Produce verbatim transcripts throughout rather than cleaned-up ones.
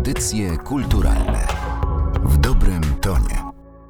Audycje kulturalne w dobrym tonie.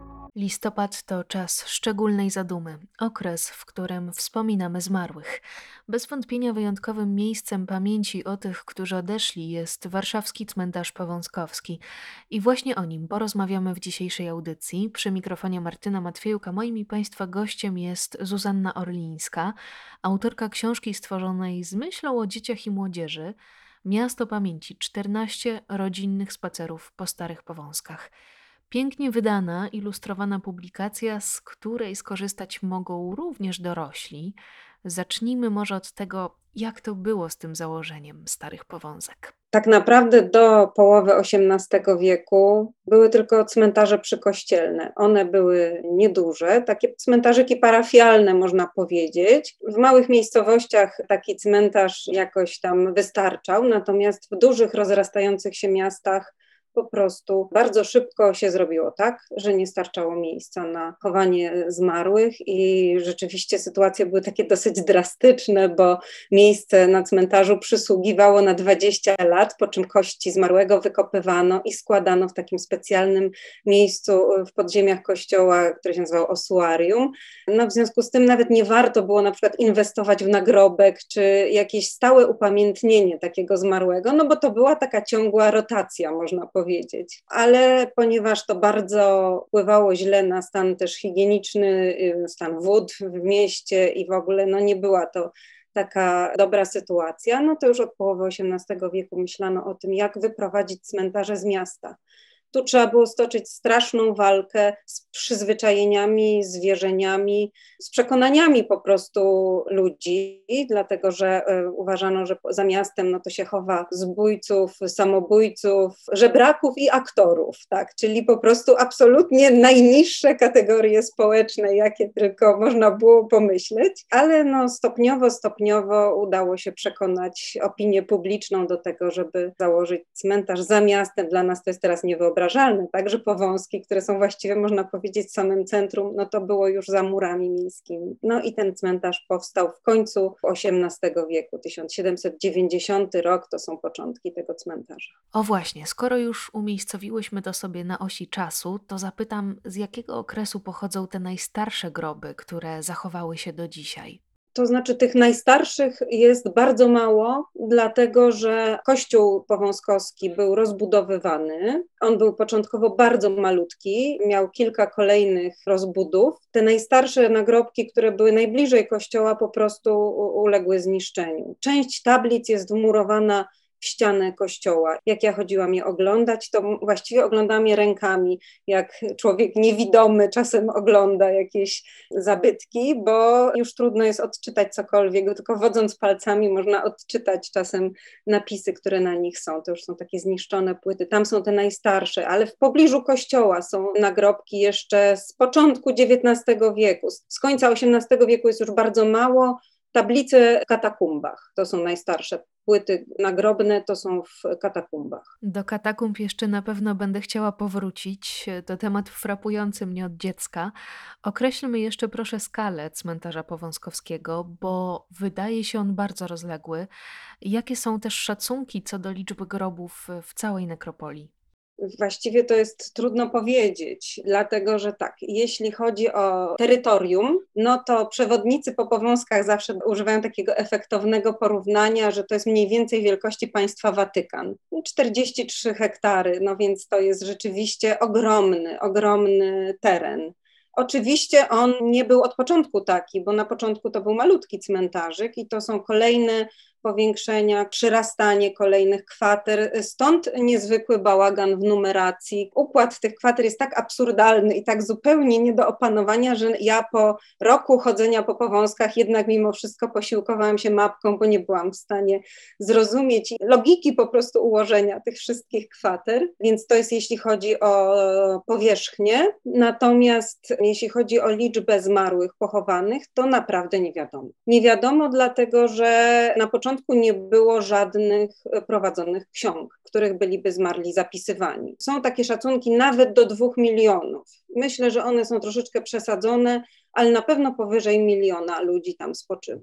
Listopad to czas szczególnej zadumy, okres, w którym wspominamy zmarłych. Bez wątpienia wyjątkowym miejscem pamięci o tych, którzy odeszli, jest warszawski cmentarz Powązkowski. I właśnie o nim porozmawiamy w dzisiejszej audycji. Przy mikrofonie Martyna Matwiejuk, a moim i Państwa gościem jest Zuzanna Orlińska, autorka książki stworzonej z myślą o dzieciach i młodzieży Miasto Pamięci. czternaście rodzinnych spacerów po starych Powązkach. Pięknie wydana, ilustrowana publikacja, z której skorzystać mogą również dorośli. Zacznijmy może od tego, jak to było z tym założeniem starych Powązek. Tak naprawdę do połowy osiemnastego wieku były tylko cmentarze przykościelne. One były nieduże, takie cmentarzyki parafialne, można powiedzieć. W małych miejscowościach taki cmentarz jakoś tam wystarczał, natomiast w dużych, rozrastających się miastach po prostu bardzo szybko się zrobiło tak, że nie starczało miejsca na chowanie zmarłych i rzeczywiście sytuacje były takie dosyć drastyczne, bo miejsce na cmentarzu przysługiwało na dwadzieścia lat, po czym kości zmarłego wykopywano i składano w takim specjalnym miejscu w podziemiach kościoła, które się nazywało ossuarium. No w związku z tym nawet nie warto było na przykład inwestować w nagrobek czy jakieś stałe upamiętnienie takiego zmarłego, no bo to była taka ciągła rotacja, można powiedzieć. powiedzieć. Ale ponieważ to bardzo wpływało źle na stan też higieniczny, stan wód w mieście i w ogóle no nie była to taka dobra sytuacja, no to już od połowy osiemnastego wieku myślano o tym, jak wyprowadzić cmentarze z miasta. Tu trzeba było stoczyć straszną walkę z przyzwyczajeniami, z wierzeniami, z przekonaniami po prostu ludzi, dlatego że y, uważano, że za miastem no to się chowa zbójców, samobójców, żebraków i aktorów, tak, czyli po prostu absolutnie najniższe kategorie społeczne, jakie tylko można było pomyśleć, ale no stopniowo, stopniowo udało się przekonać opinię publiczną do tego, żeby założyć cmentarz za miastem. Dla nas to jest teraz niewyobrażalne. Także Powązki, które są właściwie, można powiedzieć, samym centrum, no to było już za murami miejskimi. No i ten cmentarz powstał w końcu osiemnastego wieku, tysiąc siedemset dziewięćdziesiąty rok, to są początki tego cmentarza. O właśnie, skoro już umiejscowiłyśmy to sobie na osi czasu, to zapytam, z jakiego okresu pochodzą te najstarsze groby, które zachowały się do dzisiaj? To znaczy tych najstarszych jest bardzo mało, dlatego że kościół powązkowski był rozbudowywany. On był początkowo bardzo malutki, miał kilka kolejnych rozbudów. Te najstarsze nagrobki, które były najbliżej kościoła, po prostu uległy zniszczeniu. Część tablic jest wmurowana w ścianę kościoła. Jak ja chodziłam je oglądać, to właściwie oglądałam je rękami, jak człowiek niewidomy czasem ogląda jakieś zabytki, bo już trudno jest odczytać cokolwiek, tylko wodząc palcami można odczytać czasem napisy, które na nich są. To już są takie zniszczone płyty. Tam są te najstarsze, ale w pobliżu kościoła są nagrobki jeszcze z początku dziewiętnastego wieku. Z końca osiemnastego wieku jest już bardzo mało. Tablice w katakumbach, to są najstarsze. Płyty nagrobne to są w katakumbach. Do katakumb jeszcze na pewno będę chciała powrócić. To temat frapujący mnie od dziecka. Określmy jeszcze proszę skalę cmentarza Powązkowskiego, bo wydaje się on bardzo rozległy. Jakie są też szacunki co do liczby grobów w całej nekropolii? Właściwie to jest trudno powiedzieć, dlatego że tak, jeśli chodzi o terytorium, no to przewodnicy po Powązkach zawsze używają takiego efektownego porównania, że to jest mniej więcej wielkości państwa Watykan. czterdzieści trzy hektary, no więc to jest rzeczywiście ogromny, ogromny teren. Oczywiście on nie był od początku taki, bo na początku to był malutki cmentarzyk i to są kolejne powiększenia, przyrastanie kolejnych kwater, stąd niezwykły bałagan w numeracji. Układ tych kwater jest tak absurdalny i tak zupełnie nie do opanowania, że ja po roku chodzenia po Powązkach jednak mimo wszystko posiłkowałam się mapką, bo nie byłam w stanie zrozumieć logiki po prostu ułożenia tych wszystkich kwater, więc to jest jeśli chodzi o powierzchnię, natomiast jeśli chodzi o liczbę zmarłych pochowanych, to naprawdę nie wiadomo. Nie wiadomo dlatego, że na początku nie było żadnych prowadzonych ksiąg, w których byliby zmarli zapisywani. Są takie szacunki nawet do dwóch milionów. Myślę, że one są troszeczkę przesadzone, ale na pewno powyżej miliona ludzi tam spoczywa.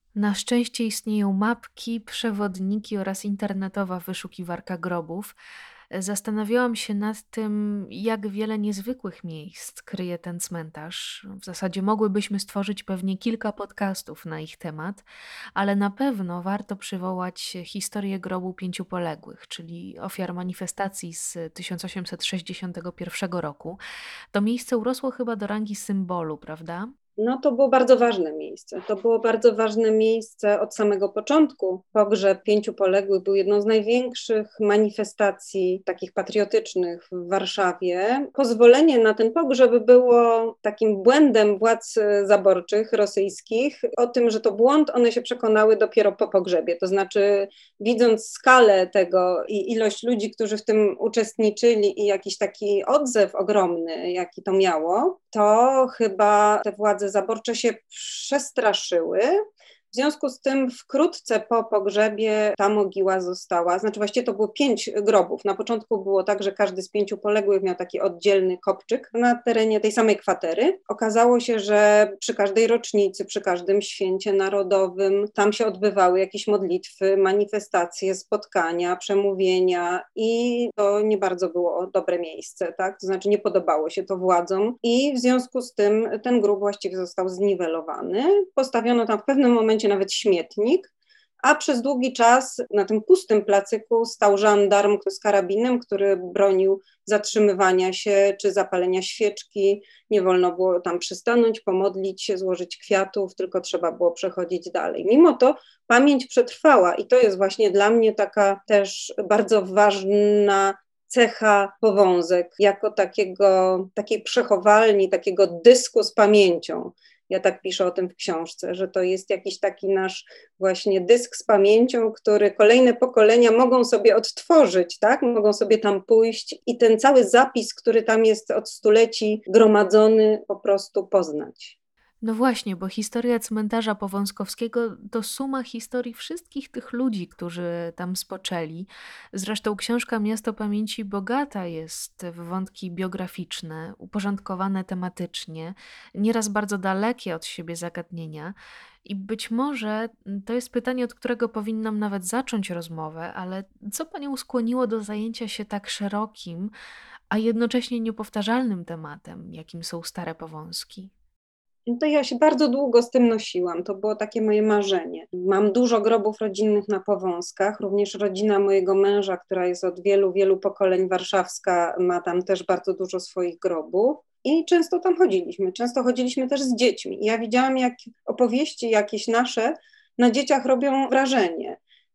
Na szczęście istnieją mapki, przewodniki oraz internetowa wyszukiwarka grobów. Zastanawiałam się nad tym, jak wiele niezwykłych miejsc kryje ten cmentarz. W zasadzie mogłybyśmy stworzyć pewnie kilka podcastów na ich temat, ale na pewno warto przywołać historię grobu pięciu poległych, czyli ofiar manifestacji z tysiąc osiemset sześćdziesiątego pierwszego roku. To miejsce urosło chyba do rangi symbolu, prawda? No to było bardzo ważne miejsce. To było bardzo ważne miejsce od samego początku. Pogrzeb pięciu poległych był jedną z największych manifestacji takich patriotycznych w Warszawie. Pozwolenie na ten pogrzeb było takim błędem władz zaborczych rosyjskich. O tym, że to błąd, one się przekonały dopiero po pogrzebie. To znaczy, widząc skalę tego i ilość ludzi, którzy w tym uczestniczyli i jakiś taki odzew ogromny, jaki to miało, to chyba te władze zaborcze się przestraszyły. W związku z tym wkrótce po pogrzebie ta mogiła została, znaczy właściwie to było pięć grobów. Na początku było tak, że każdy z pięciu poległych miał taki oddzielny kopczyk na terenie tej samej kwatery. Okazało się, że przy każdej rocznicy, przy każdym święcie narodowym tam się odbywały jakieś modlitwy, manifestacje, spotkania, przemówienia i to nie bardzo było dobre miejsce, tak? To znaczy nie podobało się to władzom i w związku z tym ten grób właściwie został zniwelowany. Postawiono tam w pewnym momencie nawet śmietnik, a przez długi czas na tym pustym placyku stał żandarm z karabinem, który bronił zatrzymywania się czy zapalenia świeczki. Nie wolno było tam przystanąć, pomodlić się, złożyć kwiatów, tylko trzeba było przechodzić dalej. Mimo to pamięć przetrwała i to jest właśnie dla mnie taka też bardzo ważna cecha Powązek, jako takiego, takiej przechowalni, takiego dysku z pamięcią. Ja tak piszę o tym w książce, że to jest jakiś taki nasz właśnie dysk z pamięcią, który kolejne pokolenia mogą sobie odtworzyć, tak? Mogą sobie tam pójść i ten cały zapis, który tam jest od stuleci gromadzony, po prostu poznać. No właśnie, bo historia cmentarza Powązkowskiego to suma historii wszystkich tych ludzi, którzy tam spoczęli. Zresztą książka Miasto Pamięci bogata jest w wątki biograficzne, uporządkowane tematycznie, nieraz bardzo dalekie od siebie zagadnienia. I być może to jest pytanie, od którego powinnam nawet zacząć rozmowę, ale co panią skłoniło do zajęcia się tak szerokim, a jednocześnie niepowtarzalnym tematem, jakim są Stare Powązki? No to ja się bardzo długo z tym nosiłam, to było takie moje marzenie. Mam dużo grobów rodzinnych na Powązkach, również rodzina mojego męża, która jest od wielu, wielu pokoleń warszawska, ma tam też bardzo dużo swoich grobów. I często tam chodziliśmy, często chodziliśmy też z dziećmi. I ja widziałam, jak opowieści jakieś nasze na dzieciach robią wrażenie.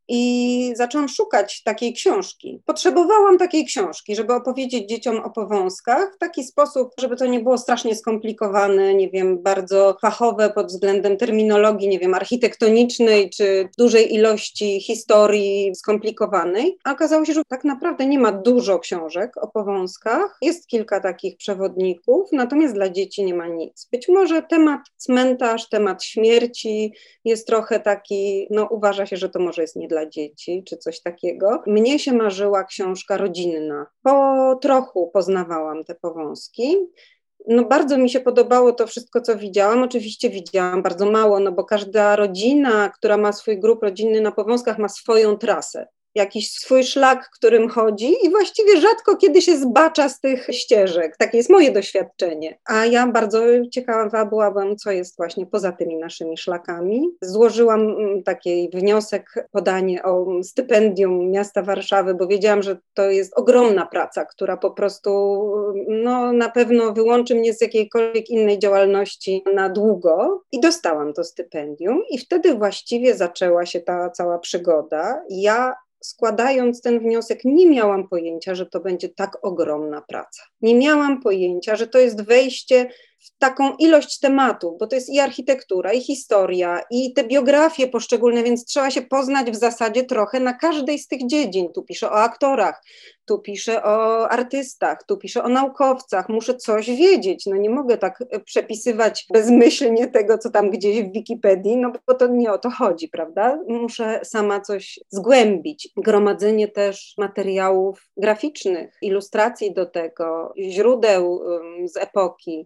I zaczęłam szukać takiej książki. Potrzebowałam takiej książki, żeby opowiedzieć dzieciom o Powązkach w taki sposób, żeby to nie było strasznie skomplikowane, nie wiem, bardzo fachowe pod względem terminologii, nie wiem, architektonicznej, czy dużej ilości historii skomplikowanej. A okazało się, że tak naprawdę nie ma dużo książek o Powązkach. Jest kilka takich przewodników, natomiast dla dzieci nie ma nic. Być może temat cmentarz, temat śmierci jest trochę taki, no uważa się, że to może jest nie dla dzieci, czy coś takiego. Mnie się marzyła książka rodzinna. Po trochu poznawałam te Powązki. No bardzo mi się podobało to wszystko, co widziałam. Oczywiście widziałam bardzo mało, no bo każda rodzina, która ma swój grób rodzinny na Powązkach, ma swoją trasę. Jakiś swój szlak, którym chodzi i właściwie rzadko kiedy się zbacza z tych ścieżek. Takie jest moje doświadczenie. A ja bardzo ciekawa byłabym, co jest właśnie poza tymi naszymi szlakami. Złożyłam taki wniosek, podanie o stypendium miasta Warszawy, bo wiedziałam, że to jest ogromna praca, która po prostu no, na pewno wyłączy mnie z jakiejkolwiek innej działalności na długo. I dostałam to stypendium i wtedy właściwie zaczęła się ta cała przygoda. Ja składając ten wniosek, nie miałam pojęcia, że to będzie tak ogromna praca. Nie miałam pojęcia, że to jest wejście w taką ilość tematów, bo to jest i architektura, i historia, i te biografie poszczególne, więc trzeba się poznać w zasadzie trochę na każdej z tych dziedzin. Tu piszę o aktorach, tu piszę o artystach, tu piszę o naukowcach, muszę coś wiedzieć, no nie mogę tak przepisywać bezmyślnie tego, co tam gdzieś w Wikipedii, no bo to nie o to chodzi, prawda? Muszę sama coś zgłębić. Gromadzenie też materiałów graficznych, ilustracji do tego, źródeł z epoki, to po prostu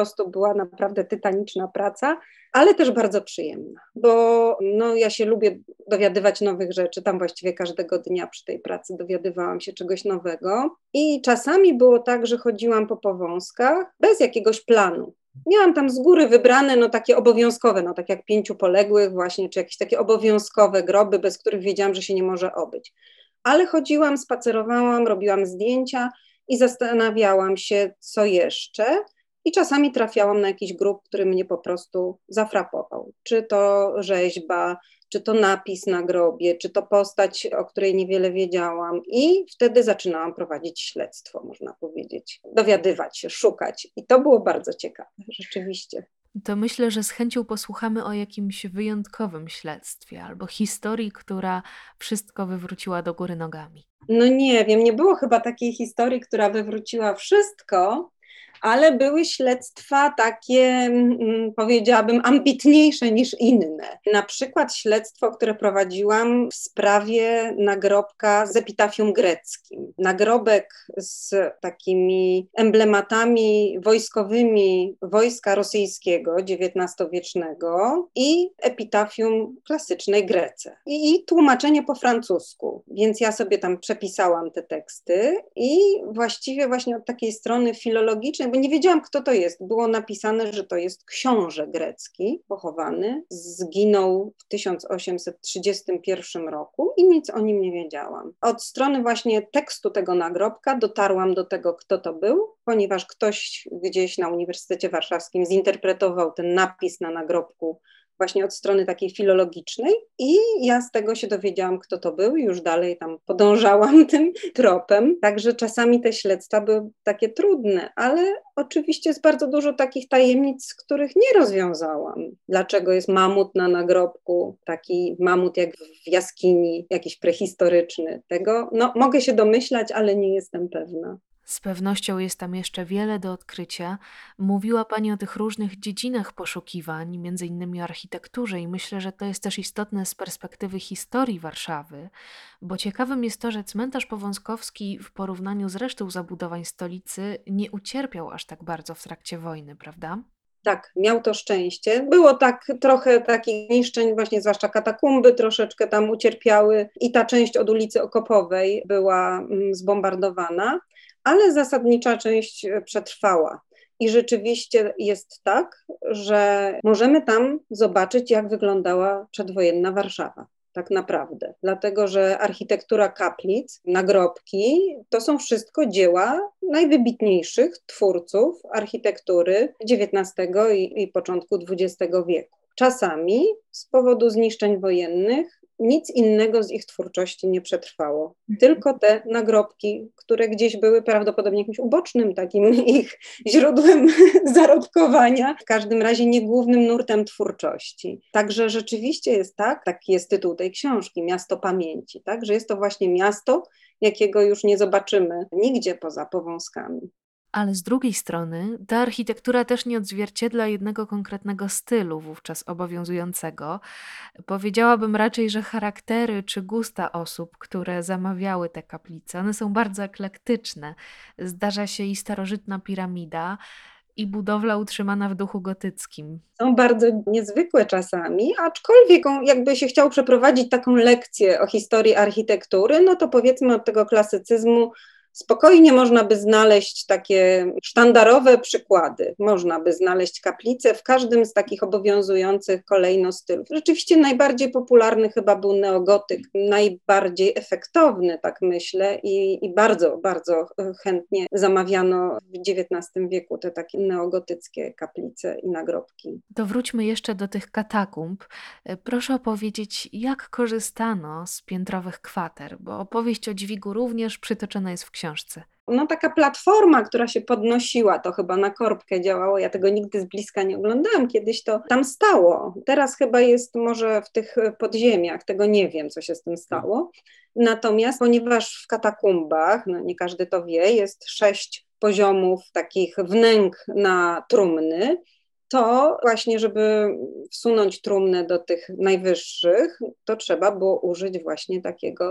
prostu była naprawdę tytaniczna praca, ale też bardzo przyjemna, bo no, ja się lubię dowiadywać nowych rzeczy, tam właściwie każdego dnia przy tej pracy dowiadywałam się czegoś nowego i czasami było tak, że chodziłam po powązkach bez jakiegoś planu. Miałam tam z góry wybrane no takie obowiązkowe, no tak jak pięciu poległych właśnie, czy jakieś takie obowiązkowe groby, bez których wiedziałam, że się nie może obyć. Ale chodziłam, spacerowałam, robiłam zdjęcia i zastanawiałam się, co jeszcze. I czasami trafiałam na jakiś grób, który mnie po prostu zafrapował. Czy to rzeźba, czy to napis na grobie, czy to postać, o której niewiele wiedziałam. I wtedy zaczynałam prowadzić śledztwo, można powiedzieć. Dowiadywać się, szukać. I to było bardzo ciekawe, rzeczywiście. To myślę, że z chęcią posłuchamy o jakimś wyjątkowym śledztwie albo historii, która wszystko wywróciła do góry nogami. No nie wiem, nie było chyba takiej historii, która wywróciła wszystko, ale były śledztwa takie, mm, powiedziałabym, ambitniejsze niż inne. Na przykład śledztwo, które prowadziłam w sprawie nagrobka z epitafium greckim. Nagrobek z takimi emblematami wojskowymi wojska rosyjskiego dziewiętnastowiecznego i epitafium klasycznej Grece. I, i tłumaczenie po francusku. Więc ja sobie tam przepisałam te teksty i właściwie właśnie od takiej strony filologicznej, bo nie wiedziałam, kto to jest. Było napisane, że to jest książę grecki pochowany. Zginął w tysiąc osiemset trzydziestym pierwszym roku i nic o nim nie wiedziałam. Od strony właśnie tekstu tego nagrobka dotarłam do tego, kto to był, ponieważ ktoś gdzieś na Uniwersytecie Warszawskim zinterpretował ten napis na nagrobku właśnie od strony takiej filologicznej i ja z tego się dowiedziałam, kto to był i już dalej tam podążałam tym tropem. Także czasami te śledztwa były takie trudne, ale oczywiście jest bardzo dużo takich tajemnic, których nie rozwiązałam. Dlaczego jest mamut na nagrobku, taki mamut jak w jaskini, jakiś prehistoryczny. Tego no, mogę się domyślać, ale nie jestem pewna. Z pewnością jest tam jeszcze wiele do odkrycia. Mówiła Pani o tych różnych dziedzinach poszukiwań, między innymi o architekturze i myślę, że to jest też istotne z perspektywy historii Warszawy, bo ciekawym jest to, że cmentarz powązkowski w porównaniu z resztą zabudowań stolicy nie ucierpiał aż tak bardzo w trakcie wojny, prawda? Tak, miał to szczęście. Było tak trochę takich niszczeń, właśnie zwłaszcza katakumby troszeczkę tam ucierpiały i ta część od ulicy Okopowej była mm, zbombardowana, ale zasadnicza część przetrwała. I rzeczywiście jest tak, że możemy tam zobaczyć, jak wyglądała przedwojenna Warszawa. Tak naprawdę. Dlatego, że architektura kaplic, nagrobki, to są wszystko dzieła najwybitniejszych twórców architektury dziewiętnastego i, i początku dwudziestego wieku. Czasami z powodu zniszczeń wojennych nic innego z ich twórczości nie przetrwało. Tylko te nagrobki, które gdzieś były prawdopodobnie jakimś ubocznym takim ich źródłem zarobkowania, w każdym razie nie głównym nurtem twórczości. Także rzeczywiście jest tak, taki jest tytuł tej książki, Miasto Pamięci, tak? Że jest to właśnie miasto, jakiego już nie zobaczymy nigdzie poza Powązkami. Ale z drugiej strony ta architektura też nie odzwierciedla jednego konkretnego stylu wówczas obowiązującego. Powiedziałabym raczej, że charaktery czy gusta osób, które zamawiały te kaplice, one są bardzo eklektyczne. Zdarza się i starożytna piramida, i budowla utrzymana w duchu gotyckim. Są bardzo niezwykłe czasami, aczkolwiek jakby się chciał przeprowadzić taką lekcję o historii architektury, no to powiedzmy od tego klasycyzmu spokojnie można by znaleźć takie sztandarowe przykłady. Można by znaleźć kaplice w każdym z takich obowiązujących kolejno stylów. Rzeczywiście najbardziej popularny chyba był neogotyk, najbardziej efektowny, tak myślę, i, i bardzo, bardzo chętnie zamawiano w dziewiętnastym wieku te takie neogotyckie kaplice i nagrobki. To wróćmy jeszcze do tych katakumb. Proszę opowiedzieć, jak korzystano z piętrowych kwater, bo opowieść o dźwigu również przytoczona jest w książce. No taka platforma, która się podnosiła, to chyba na korbkę działało, ja tego nigdy z bliska nie oglądałam, kiedyś to tam stało. Teraz chyba jest może w tych podziemiach, tego nie wiem, co się z tym stało. Natomiast ponieważ w katakumbach, no nie każdy to wie, jest sześć poziomów takich wnęk na trumny, to właśnie, żeby wsunąć trumnę do tych najwyższych, to trzeba było użyć właśnie takiego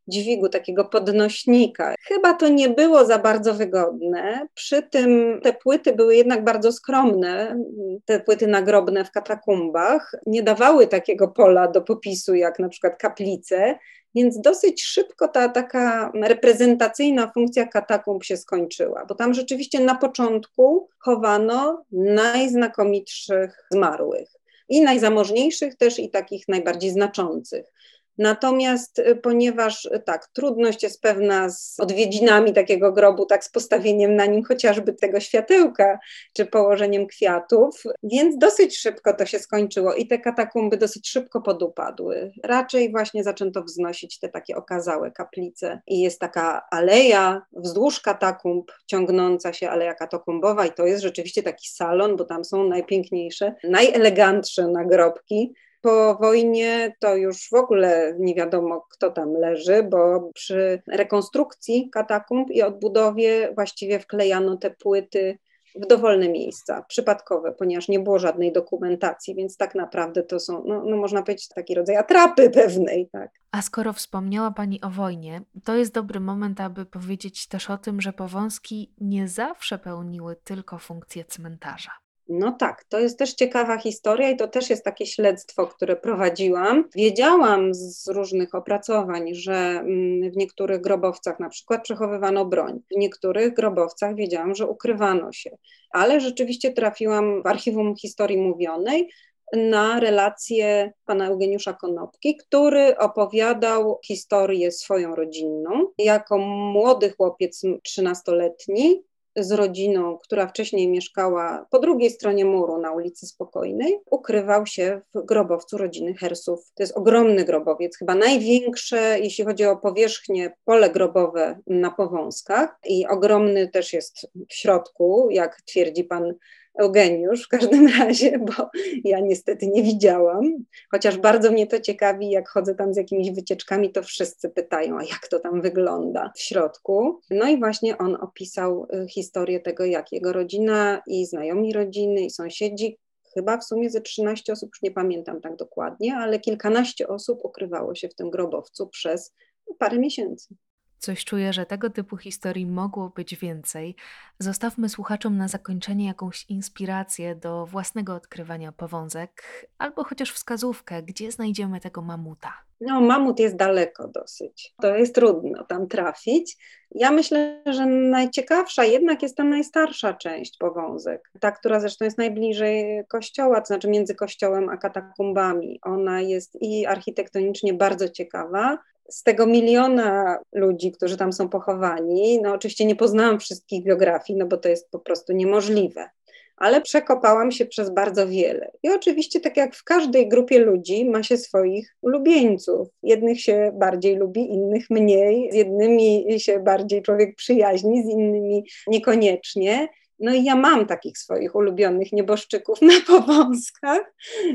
dźwigu, takiego podnośnika. Chyba to nie było za bardzo wygodne. Przy tym te płyty były jednak bardzo skromne, te płyty nagrobne w katakumbach. Nie dawały takiego pola do popisu jak na przykład kaplice, więc dosyć szybko ta taka reprezentacyjna funkcja katakumb się skończyła, bo tam rzeczywiście na początku chowano najznakomitszych zmarłych. I najzamożniejszych też, i takich najbardziej znaczących. Natomiast ponieważ tak, trudność jest pewna z odwiedzinami takiego grobu, tak z postawieniem na nim chociażby tego światełka, czy położeniem kwiatów, więc dosyć szybko to się skończyło i te katakumby dosyć szybko podupadły. Raczej właśnie zaczęto wznosić te takie okazałe kaplice i jest taka aleja wzdłuż katakumb ciągnąca się, aleja katakumbowa i to jest rzeczywiście taki salon, bo tam są najpiękniejsze, najelegantsze nagrobki. Po wojnie to już w ogóle nie wiadomo, kto tam leży, bo przy rekonstrukcji katakumb i odbudowie właściwie wklejano te płyty w dowolne miejsca, przypadkowe, ponieważ nie było żadnej dokumentacji, więc tak naprawdę to są, no, no można powiedzieć, taki rodzaj atrapy pewnej. Tak. A skoro wspomniała Pani o wojnie, to jest dobry moment, aby powiedzieć też o tym, że Powązki nie zawsze pełniły tylko funkcję cmentarza. No tak, to jest też ciekawa historia i to też jest takie śledztwo, które prowadziłam. Wiedziałam z różnych opracowań, że w niektórych grobowcach na przykład przechowywano broń, w niektórych grobowcach wiedziałam, że ukrywano się, ale rzeczywiście trafiłam w Archiwum Historii Mówionej na relację pana Eugeniusza Konopki, który opowiadał historię swoją rodzinną. Jako młody chłopiec trzynastoletni, z rodziną, która wcześniej mieszkała po drugiej stronie muru na ulicy Spokojnej, ukrywał się w grobowcu rodziny Hersów. To jest ogromny grobowiec, chyba największe, jeśli chodzi o powierzchnię, pole grobowe na Powązkach i ogromny też jest w środku, jak twierdzi pan Eugeniusz w każdym razie, bo ja niestety nie widziałam, chociaż bardzo mnie to ciekawi, jak chodzę tam z jakimiś wycieczkami, to wszyscy pytają, a jak to tam wygląda w środku. No i właśnie on opisał historię tego, jak jego rodzina i znajomi rodziny i sąsiedzi, chyba w sumie ze trzynaście osób, już nie pamiętam tak dokładnie, ale kilkanaście osób ukrywało się w tym grobowcu przez parę miesięcy. Coś czuję, że tego typu historii mogło być więcej. Zostawmy słuchaczom na zakończenie jakąś inspirację do własnego odkrywania Powązek, albo chociaż wskazówkę, gdzie znajdziemy tego mamuta. No, mamut jest daleko dosyć. To jest trudno tam trafić. Ja myślę, że najciekawsza jednak jest ta najstarsza część Powązek. Ta, która zresztą jest najbliżej kościoła, to znaczy między kościołem a katakumbami. Ona jest i architektonicznie bardzo ciekawa. Z tego miliona ludzi, którzy tam są pochowani, no oczywiście nie poznałam wszystkich biografii, no bo to jest po prostu niemożliwe. Ale przekopałam się przez bardzo wiele. I oczywiście tak jak w każdej grupie ludzi ma się swoich ulubieńców. Jednych się bardziej lubi, innych mniej. Z jednymi się bardziej człowiek przyjaźni, z innymi niekoniecznie. No i ja mam takich swoich ulubionych nieboszczyków na Powązkach,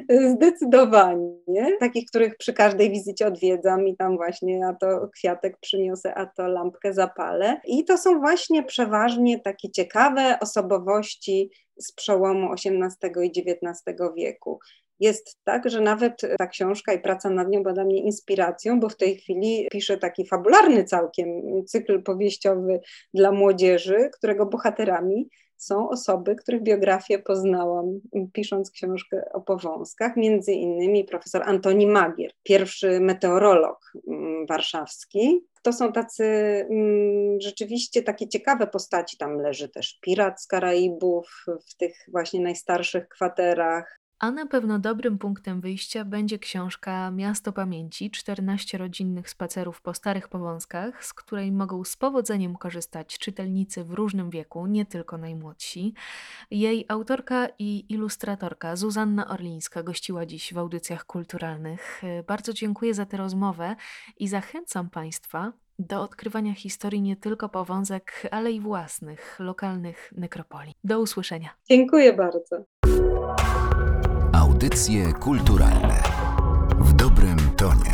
zdecydowanie. Takich, których przy każdej wizycie odwiedzam i tam właśnie a to kwiatek przyniosę, a to lampkę zapalę. I to są właśnie przeważnie takie ciekawe osobowości z przełomu osiemnastego i dziewiętnastego wieku. Jest tak, że nawet ta książka i praca nad nią była dla mnie inspiracją, bo w tej chwili piszę taki fabularny całkiem cykl powieściowy dla młodzieży, którego bohaterami są osoby, których biografię poznałam, pisząc książkę o Powązkach, między innymi profesor Antoni Magier, pierwszy meteorolog warszawski. To są tacy mm, rzeczywiście takie ciekawe postaci, tam leży też pirat z Karaibów w tych właśnie najstarszych kwaterach. A na pewno dobrym punktem wyjścia będzie książka Miasto Pamięci, czternaście rodzinnych spacerów po starych Powązkach, z której mogą z powodzeniem korzystać czytelnicy w różnym wieku, nie tylko najmłodsi. Jej autorka i ilustratorka Zuzanna Orlińska gościła dziś w audycjach kulturalnych. Bardzo dziękuję za tę rozmowę i zachęcam Państwa do odkrywania historii nie tylko Powązek, ale i własnych, lokalnych nekropolii. Do usłyszenia. Dziękuję bardzo. Audycje kulturalne w dobrym tonie.